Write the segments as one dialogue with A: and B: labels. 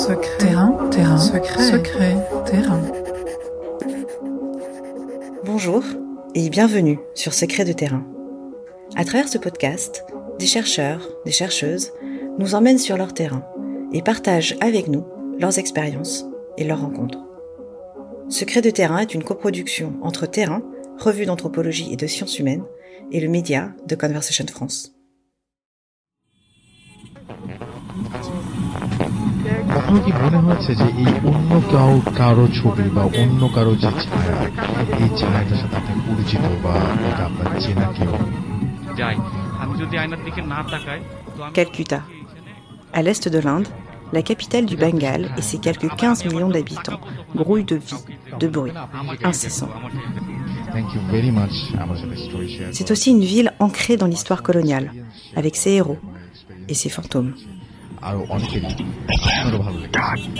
A: Secret, terrain.
B: Bonjour et bienvenue sur Secret de terrain. À travers ce podcast, des chercheurs, des chercheuses nous emmènent sur leur terrain et partagent avec nous leurs expériences et leurs rencontres. Secret de terrain est une coproduction entre Terrain, revue d'anthropologie et de sciences humaines, et le média de Conversation France.
C: কখনো কি মনে হয়েছে যে এই অন্য কারো ছবি বা অন্য কারো যে ছায়া, এই ছায়াটার সাথে আপনি পরিচিত বা এটা আপনার চেনা কেউ?
D: যাই আমি যদি আয়নার দিকে না তাকাই তো আমি
B: Calcutta. À l'est de l'Inde, la capitale du Bengale et ses quelques 15 millions d'habitants grouillent de vie, de bruit, incessant.
C: Thank you very much. আমার সাথে story share
B: C'est aussi une ville ancrée dans l'histoire coloniale, avec ses héros et ses fantômes.
C: আরো অনেকেরই আপনারও ভালো লেগেছে।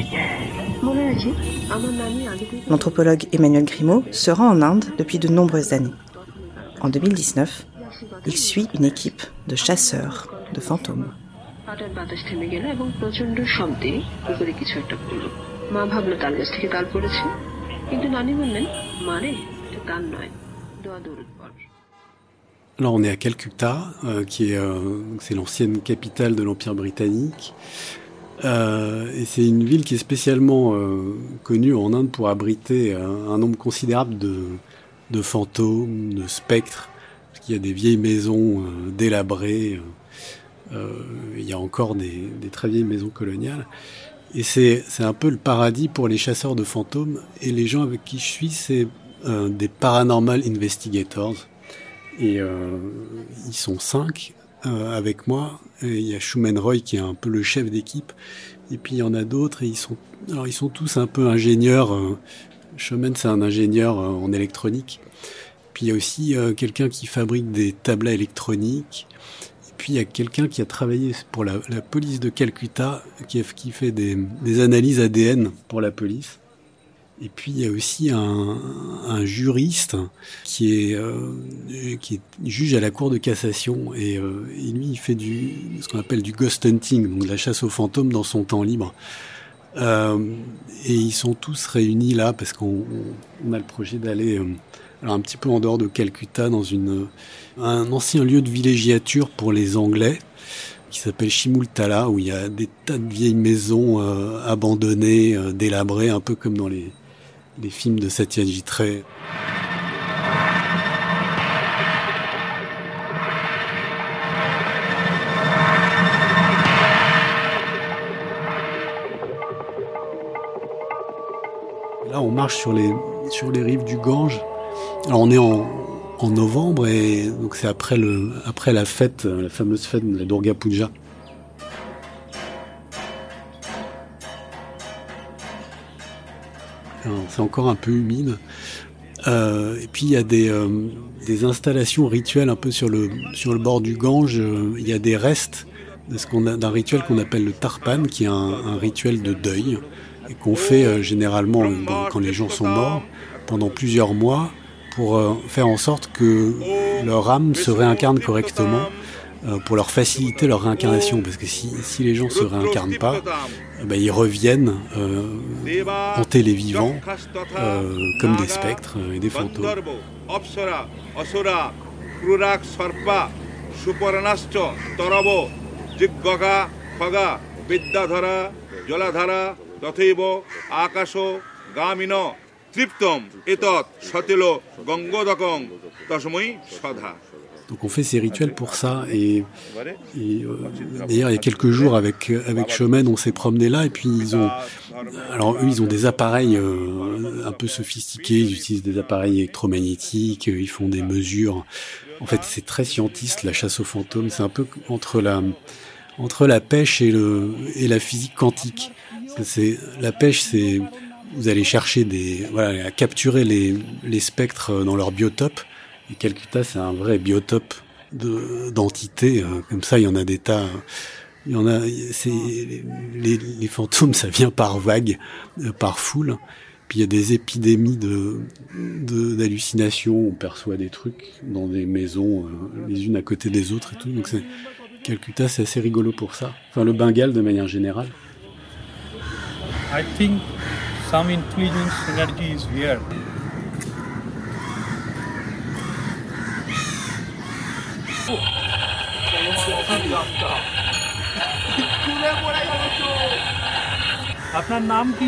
B: L'anthropologue Emmanuel Grimaud se rend en Inde depuis de nombreuses années. En 2019, il suit une équipe de chasseurs de fantômes.
E: হঠাৎ বাতাস থেমে গেল এবং প্রচন্ড শব্দে উপরে কিছু একটা পড়ল। মা ভাবলো তাল গাছ থেকে তাল পড়েছে, কিন্তু নানি বললেন মারে এটা তাল নয়, দোয়া দৌড় পড়।
F: Alors on est à Calcutta, c'est l'ancienne capitale de l'Empire britannique. Et c'est une ville qui est spécialement connue en Inde pour abriter un nombre considérable de fantômes, de spectres. Parce qu'il y a des vieilles maisons délabrées. Il y a encore des très vieilles maisons coloniales. Et c'est un peu le paradis pour les chasseurs de fantômes. Et les gens avec qui je suis, c'est des paranormal investigators. Et ils sont 5 avec moi. Et il y a Shumen Roy qui est un peu le chef d'équipe. Et puis il y en a d'autres. Et ils sont tous un peu ingénieurs. Shumen, c'est un ingénieur en électronique. Puis il y a aussi quelqu'un qui fabrique des tablettes électroniques. Et puis il y a quelqu'un qui a travaillé pour la police de Calcutta, qui fait des analyses ADN pour la police. Et puis il y a aussi un juriste qui est juge à la cour de cassation et lui il fait ce qu'on appelle du ghost hunting, donc de la chasse aux fantômes dans son temps libre. Et ils sont tous réunis là parce qu'on a le projet d'aller alors un petit peu en dehors de Calcutta dans un ancien lieu de villégiature pour les Anglais qui s'appelle Shimultala, où il y a des tas de vieilles maisons abandonnées, délabrées, un peu comme dans les films de Satyajit Ray. Là, on marche sur les rives du Gange. Alors, on est en novembre et donc c'est après la fête, la fameuse fête de la Durga Puja. Alors, c'est encore un peu humide. Et puis il y a des installations rituelles un peu sur le bord du Gange. Il y a des restes d'un rituel qu'on appelle le tarpan, qui est un rituel de deuil et qu'on fait généralement quand les gens sont morts pendant plusieurs mois pour faire en sorte que leur âme se réincarne correctement, pour leur faciliter leur réincarnation, parce que si les gens se réincarnent pas, ils reviennent hanter les vivants comme des spectres et des fantômes. Donc on fait ces rituels pour ça et d'ailleurs il y a quelques jours avec Shumen on s'est promené là et puis ils ont des appareils un peu sophistiqués, ils utilisent des appareils électromagnétiques, ils font des mesures. En fait c'est très scientiste la chasse aux fantômes, c'est un peu entre la pêche et la physique quantique. Parce que la pêche c'est vous allez chercher à capturer les spectres dans leur biotope. Et Calcutta, c'est un vrai biotope d'entités. Comme ça, il y en a des tas. Il y en a. Les fantômes, ça vient par vagues, par foule. Puis il y a des épidémies d'hallucinations. On perçoit des trucs dans des maisons, les unes à côté des autres et tout. Donc Calcutta, c'est assez rigolo pour ça. Enfin, le Bengale de manière générale.
G: I think some intelligence energy is here. আপনার নাম কি?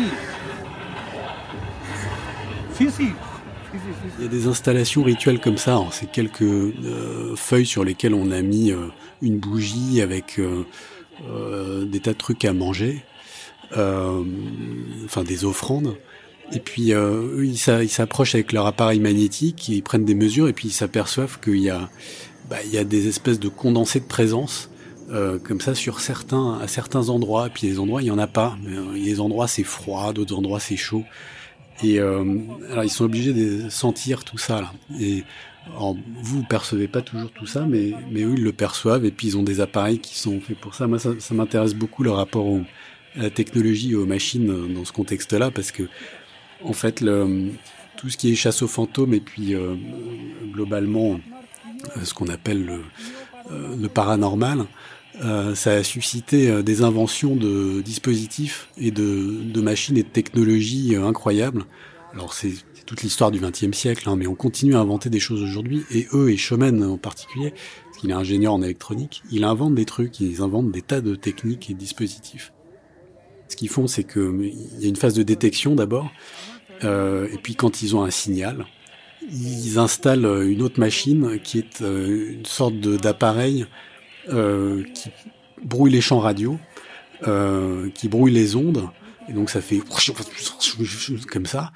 G: Fifi.
F: Il y a des installations rituelles comme ça. Alors, c'est quelques feuilles sur lesquelles on a mis une bougie avec des tas de trucs à manger, enfin des offrandes. Et puis eux, ils s'approchent avec leur appareil magnétique, ils prennent des mesures et puis ils s'aperçoivent qu'il y a des espèces de condensés de présence comme ça à certains endroits. Et puis les endroits, il y en a pas. Les endroits c'est froid, d'autres endroits c'est chaud. Et alors ils sont obligés de sentir tout ça là. Et alors, vous percevez pas toujours tout ça, mais eux ils le perçoivent et puis ils ont des appareils qui sont faits pour ça. Moi ça m'intéresse beaucoup le rapport à la technologie et aux machines dans ce contexte-là, parce que en fait tout ce qui est chasse aux fantômes et puis globalement ce qu'on appelle le paranormal, ça a suscité des inventions de dispositifs et de machines et de technologies incroyables. Alors c'est toute l'histoire du XXe siècle, mais on continue à inventer des choses aujourd'hui. Et eux, et Schoeman en particulier, parce qu'il est ingénieur en électronique, il invente des trucs, ils inventent des tas de techniques et de dispositifs. Ce qu'ils font, c'est qu'il y a une phase de détection d'abord, et puis quand ils ont un signal, ils installent une autre machine qui est une sorte d'appareil qui brouille les champs radio, qui brouille les ondes, et donc ça fait comme ça.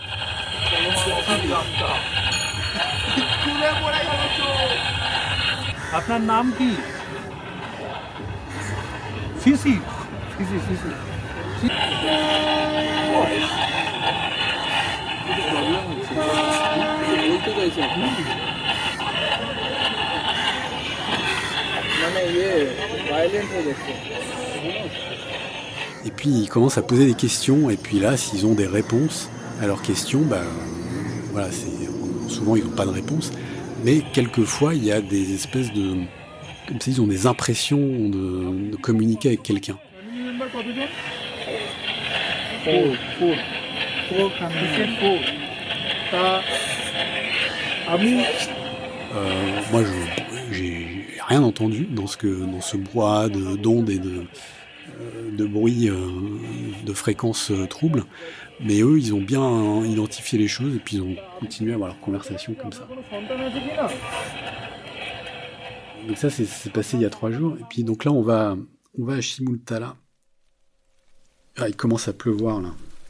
G: আপনার নাম কি? Fifi.
F: Et puis ils commencent à poser des questions, et puis là, s'ils ont des réponses à leurs questions, voilà, souvent ils n'ont pas de réponse, mais quelquefois il y a des espèces de, comme s'ils ont des impressions de communiquer avec quelqu'un. Moi, j'ai rien entendu dans ce brouhaha d'ondes et de bruit, de fréquences troubles. Mais eux, ils ont bien identifié les choses et puis ils ont continué à avoir leur conversation comme ça. Donc ça, c'est passé il y a 3 jours. Et puis donc là, on va à Shimultala. Ah, il commence à pleuvoir là.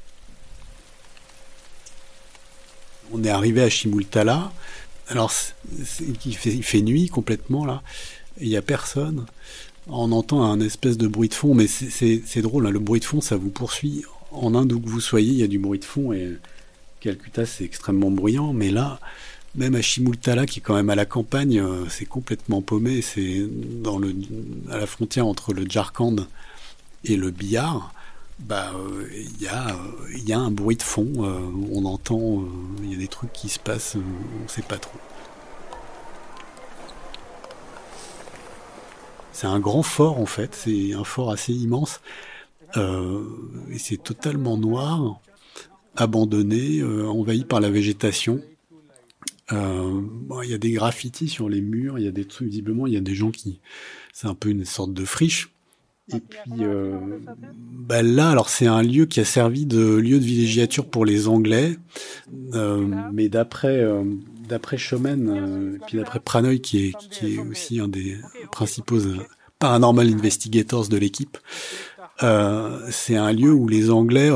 F: On est arrivé à Shimultala. Alors, il fait nuit complètement là. Et il n'y a personne. On entend un espèce de bruit de fond, mais c'est drôle, hein, le bruit de fond, ça vous poursuit. En Inde, où que vous soyez, il y a du bruit de fond, et Calcutta, c'est extrêmement bruyant, mais là, même à Shimultala, qui est quand même à la campagne, c'est complètement paumé, c'est à la frontière entre le Jharkhand et le Bihar. Il y a un bruit de fond, on entend, il y a des trucs qui se passent, on sait pas trop. C'est un grand fort en fait, c'est un fort assez immense, et c'est totalement noir, abandonné, envahi par la végétation. Il y a des graffitis sur les murs, il y a des trucs, visiblement il y a des gens c'est un peu une sorte de friche. Et puis là, alors c'est un lieu qui a servi de lieu de villégiature pour les Anglais, mais d'après Schoeman, puis d'après Pranoy, qui est aussi un des principaux paranormal investigators de l'équipe, c'est un lieu où les Anglais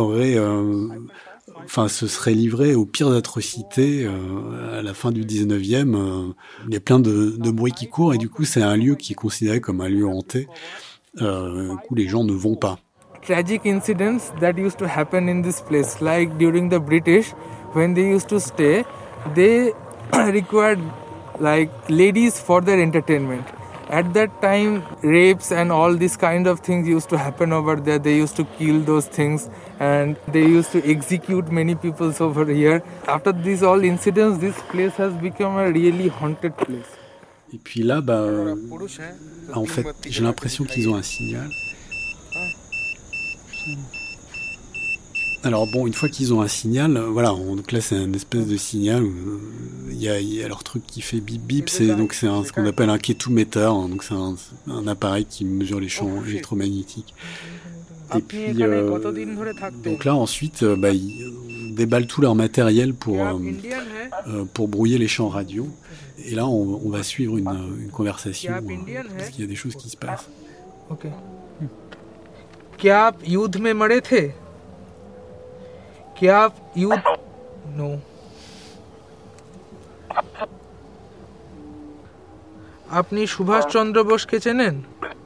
F: se seraient livrés aux pires atrocités à la fin du 19e. Il y a plein de bruit qui court, et du coup c'est un lieu qui est considéré comme un lieu hanté, où les gens ne vont pas.
H: Tragic incidents that used to happen in this place, like during the British, when they used to stay, they required like ladies for their entertainment. At that time, rapes and all these kind of things used to happen over there. They used to kill those things, and they used to execute many people over here. After these all incidents, this place has become a really haunted place.
F: Et puis là, en fait, j'ai l'impression qu'ils ont un signal. Alors bon, une fois qu'ils ont un signal, donc là c'est un espèce de signal où il y a leur truc qui fait bip bip, c'est ce qu'on appelle un ketumètre, hein, donc c'est un appareil qui mesure les champs électromagnétiques. Et puis donc là ensuite, ils déballent tout leur matériel pour brouiller les champs radio. Et là on va suivre une conversation parce qu'il y a des choses qui se passent.
H: Ok. क्या आप युद्ध में मरे थे? क्या आप युद्ध? No. আপনি সুভাষ চন্দ্র বোসকে চেনেন?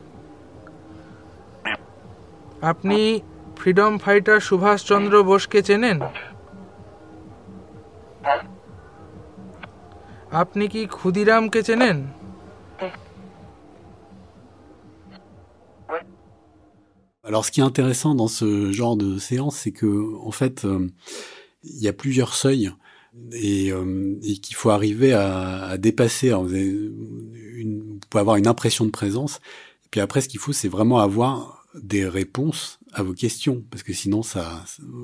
H: আপনি ফ্রিডম ফাইটার সুভাষ চন্দ্র বোসকে চেনেন? আপনি কি ক্ষুদিরামকে চেনেন?
F: Alors, ce qui est intéressant dans ce genre de séance, c'est que, en fait, il y a plusieurs seuils et qu'il faut arriver à dépasser. Alors, vous pouvez avoir une impression de présence, et puis après, ce qu'il faut, c'est vraiment avoir des réponses à vos questions, parce que sinon, ça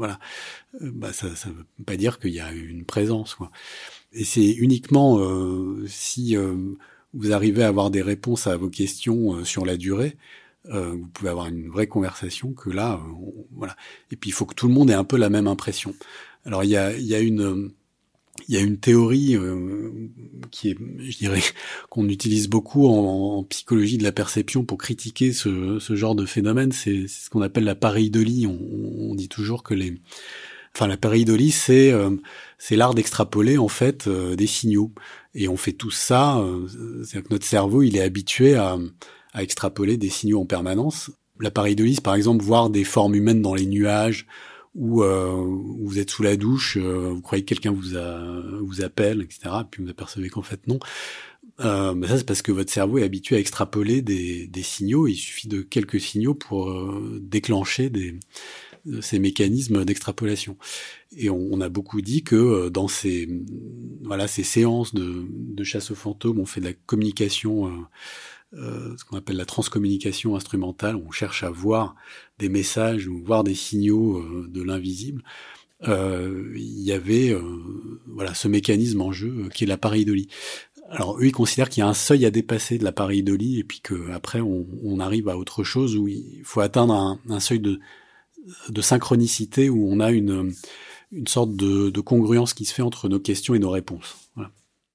F: veut pas dire qu'il y a une présence, quoi. Et c'est uniquement si vous arrivez à avoir des réponses à vos questions sur la durée. Vous pouvez avoir une vraie conversation que là, voilà. Et puis il faut que tout le monde ait un peu la même impression. Alors il y a une théorie qui est, je dirais, qu'on utilise beaucoup en psychologie de la perception pour critiquer ce genre de phénomène. C'est ce qu'on appelle la pareidolie. On dit toujours que la pareidolie, c'est l'art d'extrapoler en fait des signaux. Et on fait tout ça. C'est-à-dire que notre cerveau, il est habitué à extrapoler des signaux en permanence. La pareidolie, par exemple, voir des formes humaines dans les nuages, ou vous êtes sous la douche, vous croyez que quelqu'un vous appelle, etc., puis vous apercevez qu'en fait non. Ça, c'est parce que votre cerveau est habitué à extrapoler des signaux. Il suffit de quelques signaux pour déclencher ces mécanismes d'extrapolation. Et on a beaucoup dit que dans ces séances de chasse aux fantômes, on fait de la communication, ce qu'on appelle la transcommunication instrumentale. On cherche à voir des messages ou voir des signaux de l'invisible. Il y avait ce mécanisme en jeu qui est la pareidolie. Alors eux, ils considèrent qu'il y a un seuil à dépasser de la pareidolie et puis qu'après on arrive à autre chose où il faut atteindre un seuil de synchronicité où on a une sorte de congruence qui se fait entre nos questions et nos réponses. Voilà.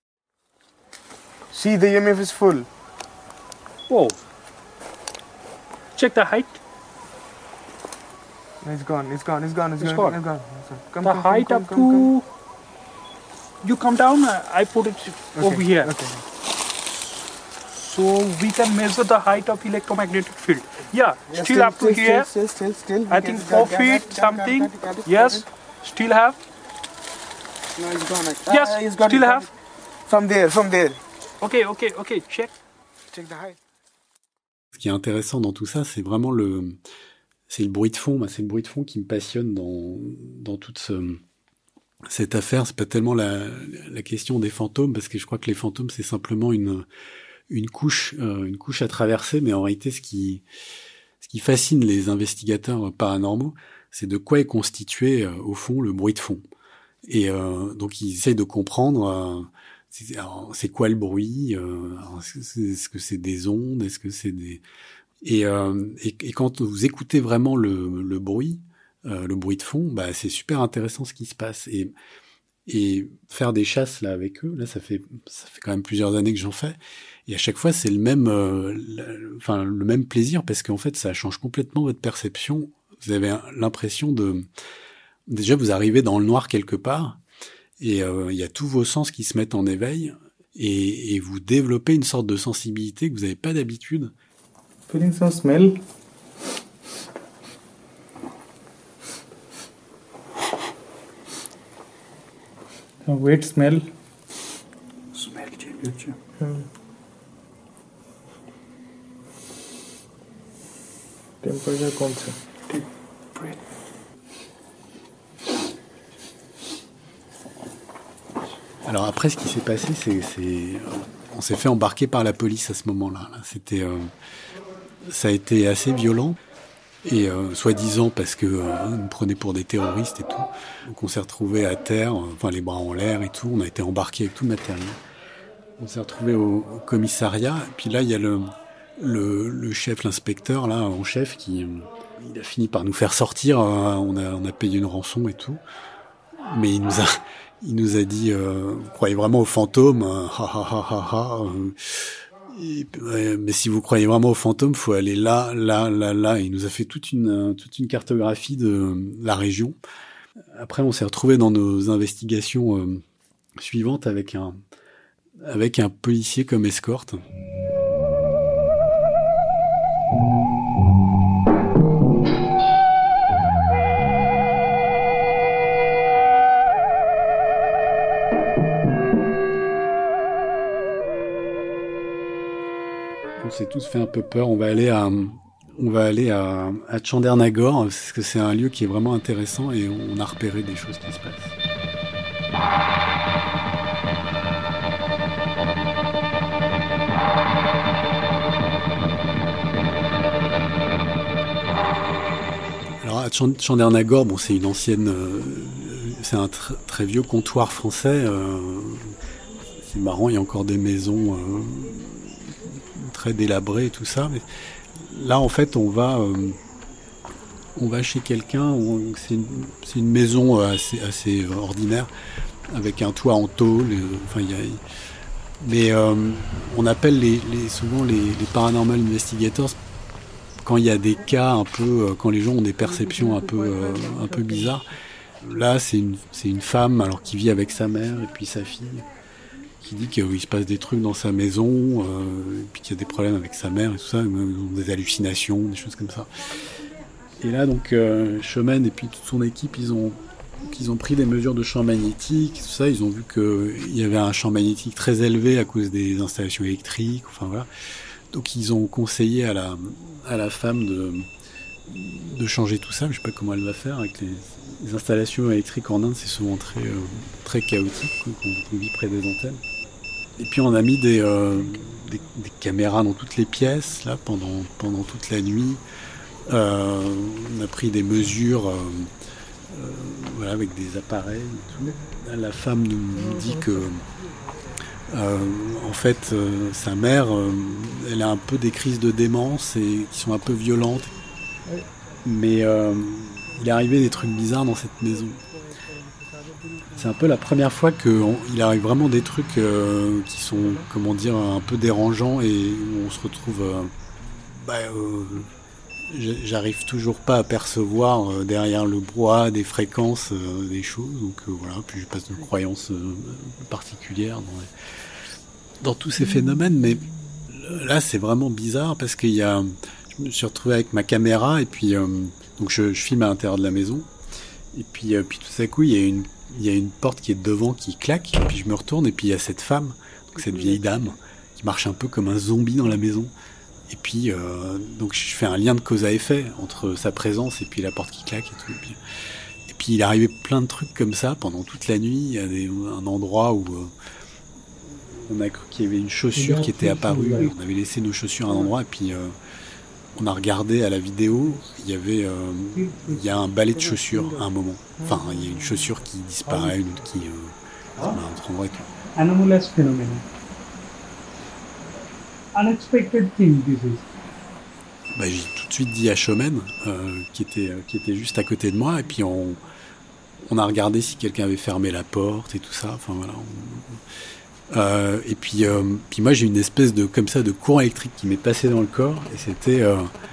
I: See, the EMF is full.
G: Oh. Check the height.
I: It's gone. Come,
G: The height up to... You come down, I put it over here.
I: Okay.
G: So we can measure the height of electromagnetic field. Yeah, still up to here.
I: Still.
G: I think 4 feet something.
I: Got it.
G: Yes, still have.
I: No, it's gone.
G: Yes,
I: it's got
G: still
I: it.
G: have.
I: From there.
G: Okay, check.
I: Check the height.
F: Ce qui est intéressant dans tout ça, c'est vraiment le bruit de fond. C'est le bruit de fond qui me passionne dans toute cette affaire. C'est pas tellement la question des fantômes, parce que je crois que les fantômes, c'est simplement une couche à traverser, mais en réalité, ce qui fascine les investigateurs paranormaux, c'est de quoi est constitué, au fond, le bruit de fond. Et donc, ils essayent de comprendre... c'est quoi le bruit, est-ce que c'est des ondes, est-ce que c'est des... Et quand vous écoutez vraiment le bruit de fond, c'est super intéressant ce qui se passe. Et faire des chasses là avec eux, là ça fait quand même plusieurs années que j'en fais, et à chaque fois c'est le même plaisir, parce qu'en fait ça change complètement votre perception. Vous avez l'impression déjà vous arrivez dans le noir quelque part, et il y a tous vos sens qui se mettent en éveil, et vous développez une sorte de sensibilité que vous n'avez pas d'habitude.
I: Feeling some smell. Wait, smell. Temperature कौन सा? Deep breath.
F: Alors après, ce qui s'est passé, on s'est fait embarquer par la police à ce moment-là. Ça a été assez violent. Et soi-disant parce que nous prenaient pour des terroristes et tout. Donc on s'est retrouvés à terre, les bras en l'air et tout. On a été embarqués avec tout le matériel. On s'est retrouvés au commissariat. Et puis là, il y a le chef, l'inspecteur là en chef qui il a fini par nous faire sortir. On a payé une rançon et tout. Mais il nous a dit vous croyez vraiment aux fantômes? Mais si vous croyez vraiment aux fantômes, faut aller là. Et il nous a fait toute une cartographie de la région. Après, on s'est retrouvé dans nos investigations suivantes avec un policier comme escorte. On s'est tous fait un peu peur. On va aller à Chandernagor parce que c'est un lieu qui est vraiment intéressant et on a repéré des choses qui se passent. Alors à Chandernagor, c'est une ancienne, c'est un très vieux comptoir français. C'est marrant, il y a encore des maisons très délabré et tout ça, mais là en fait on va chez quelqu'un où c'est une maison assez ordinaire avec un toit en tôle, mais on appelle souvent les paranormal investigators quand il y a des cas un peu quand les gens ont des perceptions un peu bizarres. Là c'est une femme alors qui vit avec sa mère et puis sa fille, qui dit qu'il se passe des trucs dans sa maison, et puis qu'il y a des problèmes avec sa mère et tout ça, des hallucinations, des choses comme ça. Et là, donc, Schoeman et puis toute son équipe, ils ont pris des mesures de champ magnétique, tout ça. Ils ont vu qu'il y avait un champ magnétique très élevé à cause des installations électriques, voilà. Donc, ils ont conseillé à la femme de changer tout ça. Je sais pas comment elle va faire avec les installations électriques en Inde, c'est souvent très chaotique, quand on vit près des antennes. Et puis on a mis des caméras dans toutes les pièces là pendant toute la nuit. On a pris des mesures avec des appareils et tout. La femme nous dit que en fait sa mère elle a un peu des crises de démence et qui sont un peu violentes. Mais il est arrivé des trucs bizarres dans cette maison. C'est un peu la première fois qu'il arrive vraiment des trucs qui sont, un peu dérangeants et où on se retrouve... j'arrive toujours pas à percevoir derrière le brouhaha des fréquences des choses. Donc voilà, puis je passe de croyances particulières dans tous ces phénomènes. Mais là, c'est vraiment bizarre parce qu'il y a... Je me suis retrouvé avec ma caméra et puis donc je filme à l'intérieur de la maison et puis tout à coup il y a une porte qui est devant qui claque et puis je me retourne et puis il y a cette femme, donc cette vieille dame qui marche un peu comme un zombie dans la maison et puis donc je fais un lien de cause à effet entre sa présence et puis la porte qui claque et tout et puis il est arrivé plein de trucs comme ça pendant toute la nuit. Il y a un endroit où on a cru qu'il y avait une chaussure qui était apparue, on avait laissé nos chaussures à un endroit et puis on a regardé à la vidéo, il y a un balai de chaussures à un moment. Enfin, il y a une chaussure qui disparaît, une autre qui à un autre endroit et tout.
G: Anomalous phenomenon. Unexpected thing this is.
F: J'ai tout de suite dit à Schoeman, qui était juste à côté de moi, et puis on a regardé si quelqu'un avait fermé la porte et tout ça. Enfin voilà. Et puis moi j'ai une espèce de courant électrique qui m'est passé dans le corps et c'était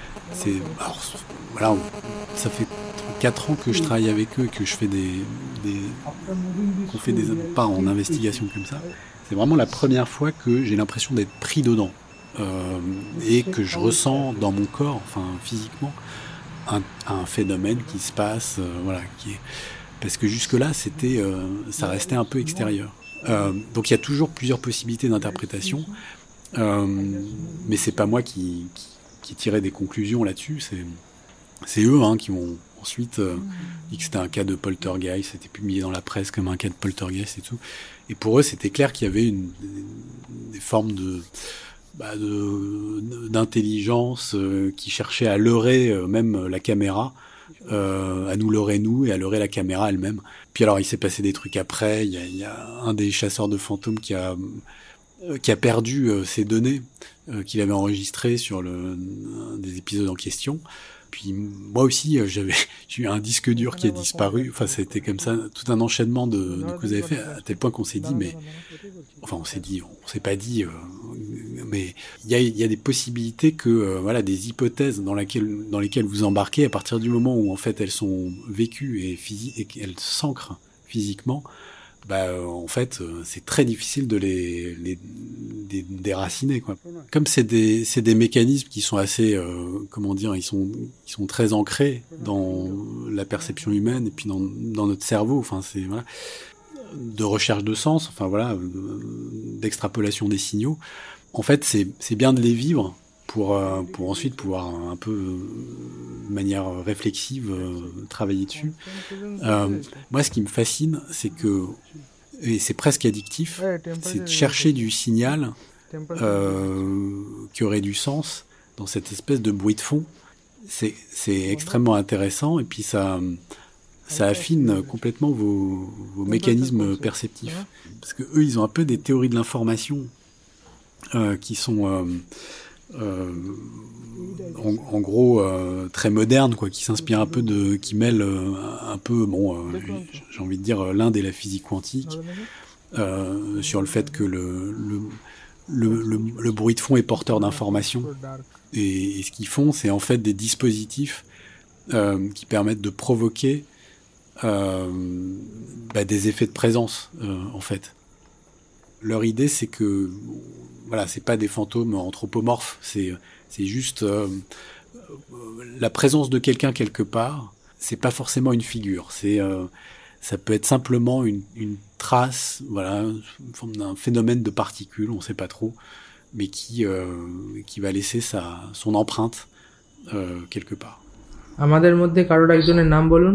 F: ça fait 4 ans que je travaille avec eux et que je fais qu'on fait des pas en investigation comme ça. C'est vraiment la première fois que j'ai l'impression d'être pris dedans et que je ressens dans mon corps, enfin physiquement, un phénomène qui se passe, parce que jusque là ça restait un peu extérieur. Donc il y a toujours plusieurs possibilités d'interprétation, mais c'est pas moi qui tirais des conclusions là-dessus, c'est eux qui m'ont ensuite dit que c'était un cas de poltergeist, c'était publié dans la presse comme un cas de poltergeist et tout, et pour eux c'était clair qu'il y avait des formes d'intelligence qui cherchait à leurrer même la caméra, à nous leurrer nous et à leurrer la caméra elle-même. Puis alors il s'est passé des trucs après, il y a un des chasseurs de fantômes qui a perdu ses données qu'il avait enregistrées sur des épisodes en question. Puis moi aussi, j'ai eu un disque dur qui a disparu. Enfin, c'était comme ça, tout un enchaînement de causes à effet, à tel point qu'on s'est dit, on s'est pas dit, mais il y a des possibilités que, des hypothèses dans lesquelles vous embarquez, à partir du moment où en fait elles sont vécues et qu'elles s'ancrent physiquement, en fait, c'est très difficile de les déraciner, quoi. Comme c'est des mécanismes qui sont assez, ils sont très ancrés dans la perception humaine et puis dans notre cerveau. Enfin, c'est de recherche de sens. Enfin d'extrapolation des signaux. En fait, c'est bien de les vivre pour ensuite pouvoir un peu de manière réflexive travailler dessus. Moi, ce qui me fascine, c'est que, et c'est presque addictif, c'est de chercher du signal qui aurait du sens dans cette espèce de bruit de fond. C'est extrêmement intéressant et puis ça affine complètement vos mécanismes perceptifs. Parce que eux, ils ont un peu des théories de l'information qui sont en gros très moderne, quoi, qui s'inspire un peu qui mêle un peu j'ai envie de dire l'Inde et la physique quantique sur le fait que le bruit de fond est porteur d'informations et ce qu'ils font, c'est en fait des dispositifs qui permettent de provoquer des effets de présence en fait. Leur idée, c'est que c'est pas des fantômes anthropomorphes, c'est juste la présence de quelqu'un quelque part. C'est pas forcément une figure, ça peut être simplement une trace, une forme d'un phénomène de particules, on sait pas trop, mais qui va laisser son empreinte quelque part.
H: আমাদের মধ্যে কারোর একজনের নাম বলুন।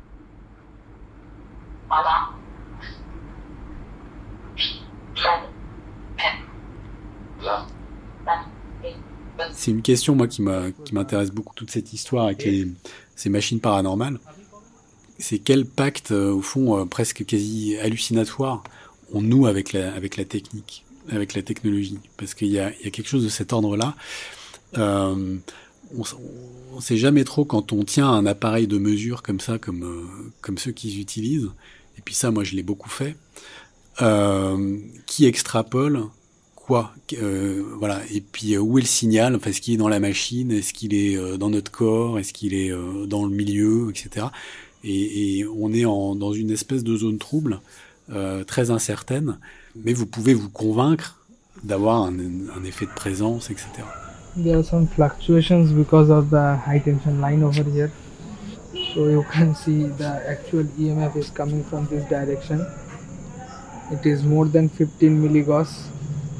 F: C'est une question, moi, qui m'intéresse beaucoup, toute cette histoire avec ces machines paranormales. C'est quel pacte, au fond, presque quasi hallucinatoire, on noue avec la technique, avec la technologie. Parce qu'il y a quelque chose de cet ordre-là. On sait jamais trop quand on tient un appareil de mesure comme ça, comme ceux qu'ils utilisent. Et puis ça, moi, je l'ai beaucoup fait. Qui extrapole quoi, et puis où est le signal, enfin, est-ce qu'il est dans la machine, est-ce qu'il est dans notre corps, est-ce qu'il est dans le milieu, etc. Et on est dans une espèce de zone trouble très incertaine, mais vous pouvez vous convaincre d'avoir un effet de présence, etc.
H: There are some fluctuations because of the high tension line over here, so you can see the actual EMF is coming from this direction. It is more than 15 milligauss.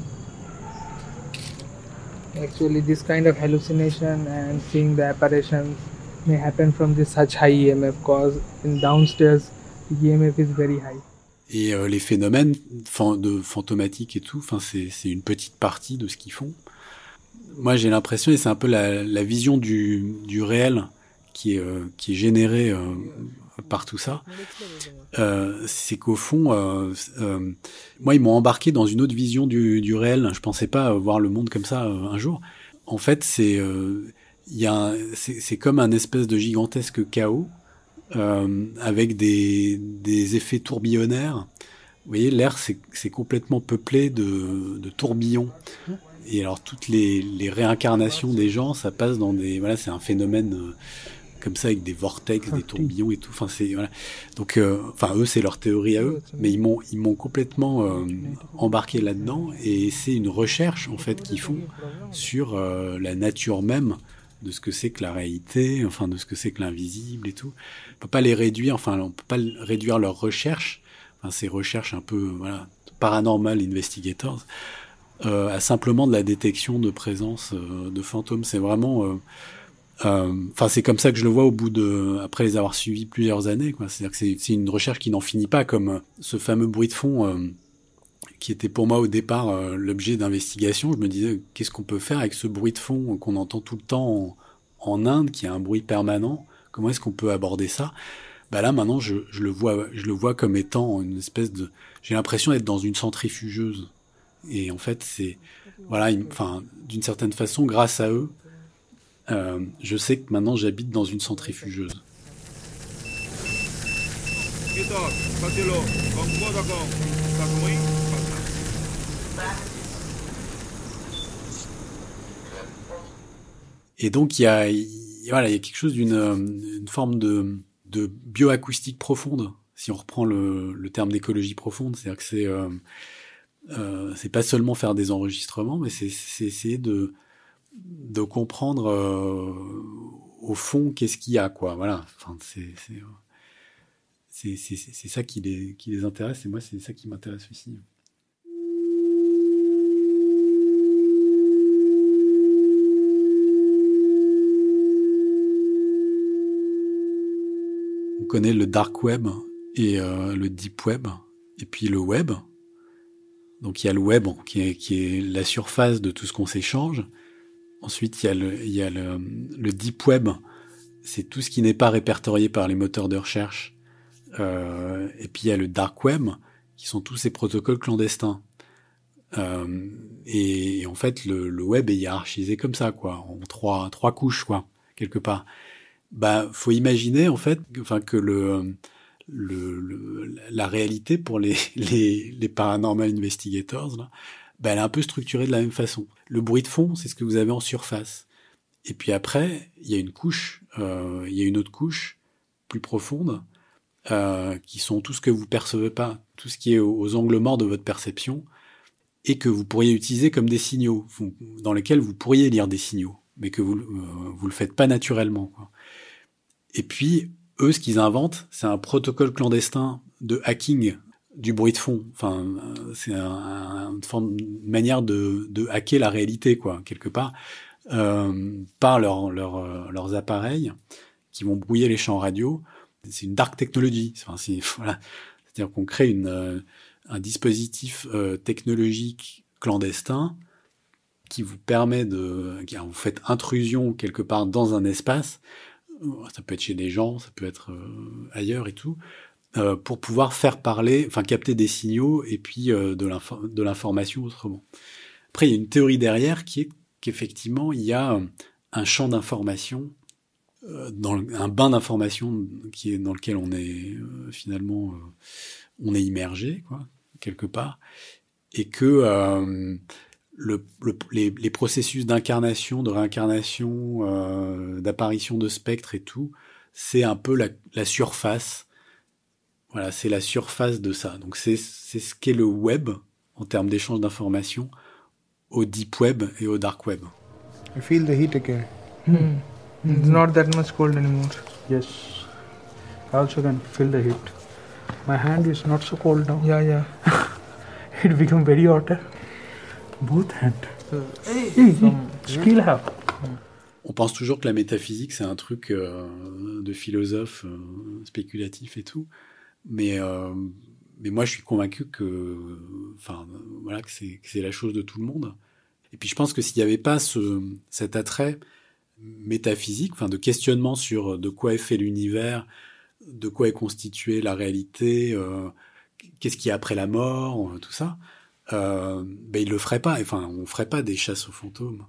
H: Actually, this kind of hallucination and seeing the apparitions may happen from this such high EMF, because in downstairs the EMF is very high.
F: Et les phénomènes de fantomatiques et tout, enfin c'est une petite partie de ce qu'ils font. Moi, j'ai l'impression, et c'est un peu la vision du réel qui est générée par tout ça, c'est qu'au fond, moi, ils m'ont embarqué dans une autre vision du réel. Je pensais pas voir le monde comme ça un jour. En fait, c'est comme un espèce de gigantesque chaos avec des effets tourbillonnaires. Vous voyez, l'air, c'est complètement peuplé de tourbillons. Et alors, toutes les réincarnations des gens, ça passe dans c'est un phénomène comme ça, avec des vortex, des tourbillons et tout. Enfin, donc, eux, c'est leur théorie à eux, mais ils m'ont complètement embarqué là-dedans, et c'est une recherche, en fait, qu'ils font sur la nature même de ce que c'est que la réalité, enfin, de ce que c'est que l'invisible et tout. On peut pas les réduire, on peut pas réduire leurs recherches, ces recherches un peu, paranormal investigators, à simplement de la détection de présence de fantômes. C'est vraiment c'est comme ça que je le vois après les avoir suivis plusieurs années, quoi. C'est-à-dire que c'est une recherche qui n'en finit pas, comme ce fameux bruit de fond qui était pour moi au départ l'objet d'investigation. Je me disais, qu'est-ce qu'on peut faire avec ce bruit de fond qu'on entend tout le temps en Inde, qui est un bruit permanent? Comment est-ce qu'on peut aborder ça? Là, maintenant, je le vois comme étant une espèce de... J'ai l'impression d'être dans une centrifugeuse. Et en fait, d'une certaine façon, grâce à eux, je sais que maintenant, j'habite dans une centrifugeuse. Et donc, il y a quelque chose d'une forme de bioacoustique profonde, si on reprend le terme d'écologie profonde. C'est-à-dire que c'est pas seulement faire des enregistrements, mais c'est essayer de comprendre au fond qu'est-ce qu'il y a, quoi. Voilà. Enfin, c'est ça qui les intéresse, et moi c'est ça qui m'intéresse aussi. On connaît le dark web et le deep web, et puis le web. Donc il y a le web qui est la surface de tout ce qu'on s'échange. Ensuite il y a le deep web, c'est tout ce qui n'est pas répertorié par les moteurs de recherche. Et puis il y a le dark web, qui sont tous ces protocoles clandestins. Et en fait le web est hiérarchisé comme ça, quoi, en trois couches, quoi, quelque part. Faut imaginer en fait, que la réalité pour les paranormal investigators là, elle est un peu structurée de la même façon. Le bruit de fond, c'est ce que vous avez en surface. Et puis après, il y a une autre couche plus profonde, qui sont tout ce que vous percevez pas, tout ce qui est aux angles morts de votre perception, et que vous pourriez utiliser comme des signaux, dans lesquels vous pourriez lire des signaux, mais que vous le faites pas naturellement, quoi. Et puis, eux, ce qu'ils inventent, c'est un protocole clandestin de hacking du bruit de fond. Enfin, c'est une manière de hacker la réalité, quoi, quelque part, par leurs appareils qui vont brouiller les champs radio. C'est une dark technology. Enfin, c'est-à-dire qu'on crée un dispositif technologique clandestin qui vous permet vous faites intrusion quelque part dans un espace. Ça peut être chez des gens, ça peut être ailleurs et tout, pour pouvoir capter des signaux et puis de l'information autrement. Après, il y a une théorie derrière qui est qu'effectivement, il y a un champ d'information, un bain d'information qui est dans lequel on est finalement on est immergé, quoi, quelque part, et que les processus d'incarnation, de réincarnation, d'apparition de spectres et tout, c'est un peu la surface. Voilà, c'est la surface de ça. Donc c'est ce qu'est le web en termes d'échange d'informations au deep web et au dark web.
I: I feel the heat again.
H: It's not that much cold anymore.
I: Yes. I also can feel the heat. My hand is not so cold now.
H: Yeah.
I: It become very hot. Both hands. Still have.
F: On pense toujours que la métaphysique, c'est un truc de philosophe spéculatif et tout. Mais moi, je suis convaincu que c'est la chose de tout le monde. Et puis, je pense que s'il n'y avait pas cet attrait métaphysique, de questionnement sur de quoi est fait l'univers, de quoi est constituée la réalité, qu'est-ce qu'il y a après la mort, tout ça, il le ferait pas. Enfin, on ferait pas des chasses aux fantômes.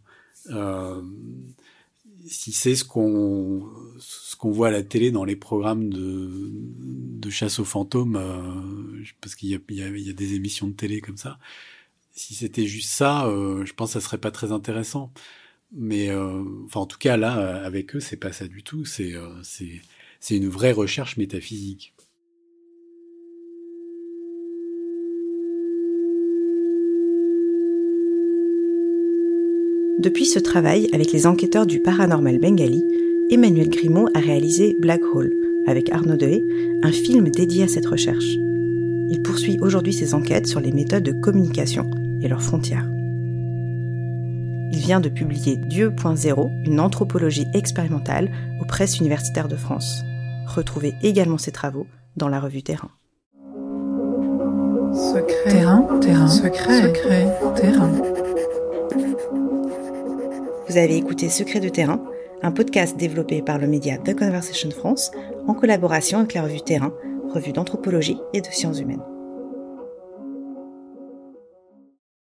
F: Si c'est ce qu'on voit à la télé dans les programmes de chasse aux fantômes, parce qu'il y a des émissions de télé comme ça. Si c'était juste ça, je pense que ça serait pas très intéressant. Mais en tout cas là, avec eux, c'est pas ça du tout. C'est une vraie recherche métaphysique.
B: Depuis ce travail avec les enquêteurs du paranormal bengali, Emmanuel Grimaud a réalisé Black Hole, avec Arnaud Dehaye, un film dédié à cette recherche. Il poursuit aujourd'hui ses enquêtes sur les méthodes de communication et leurs frontières. Il vient de publier Dieu.0, une anthropologie expérimentale aux presses universitaires de France. Retrouvez également ses travaux dans la revue Terrain.
A: Secret. Terrain. Secret. Terrain.
B: Vous avez écouté Secret de Terrain, un podcast développé par le média The Conversation France en collaboration avec la revue Terrain, revue d'anthropologie et de sciences humaines.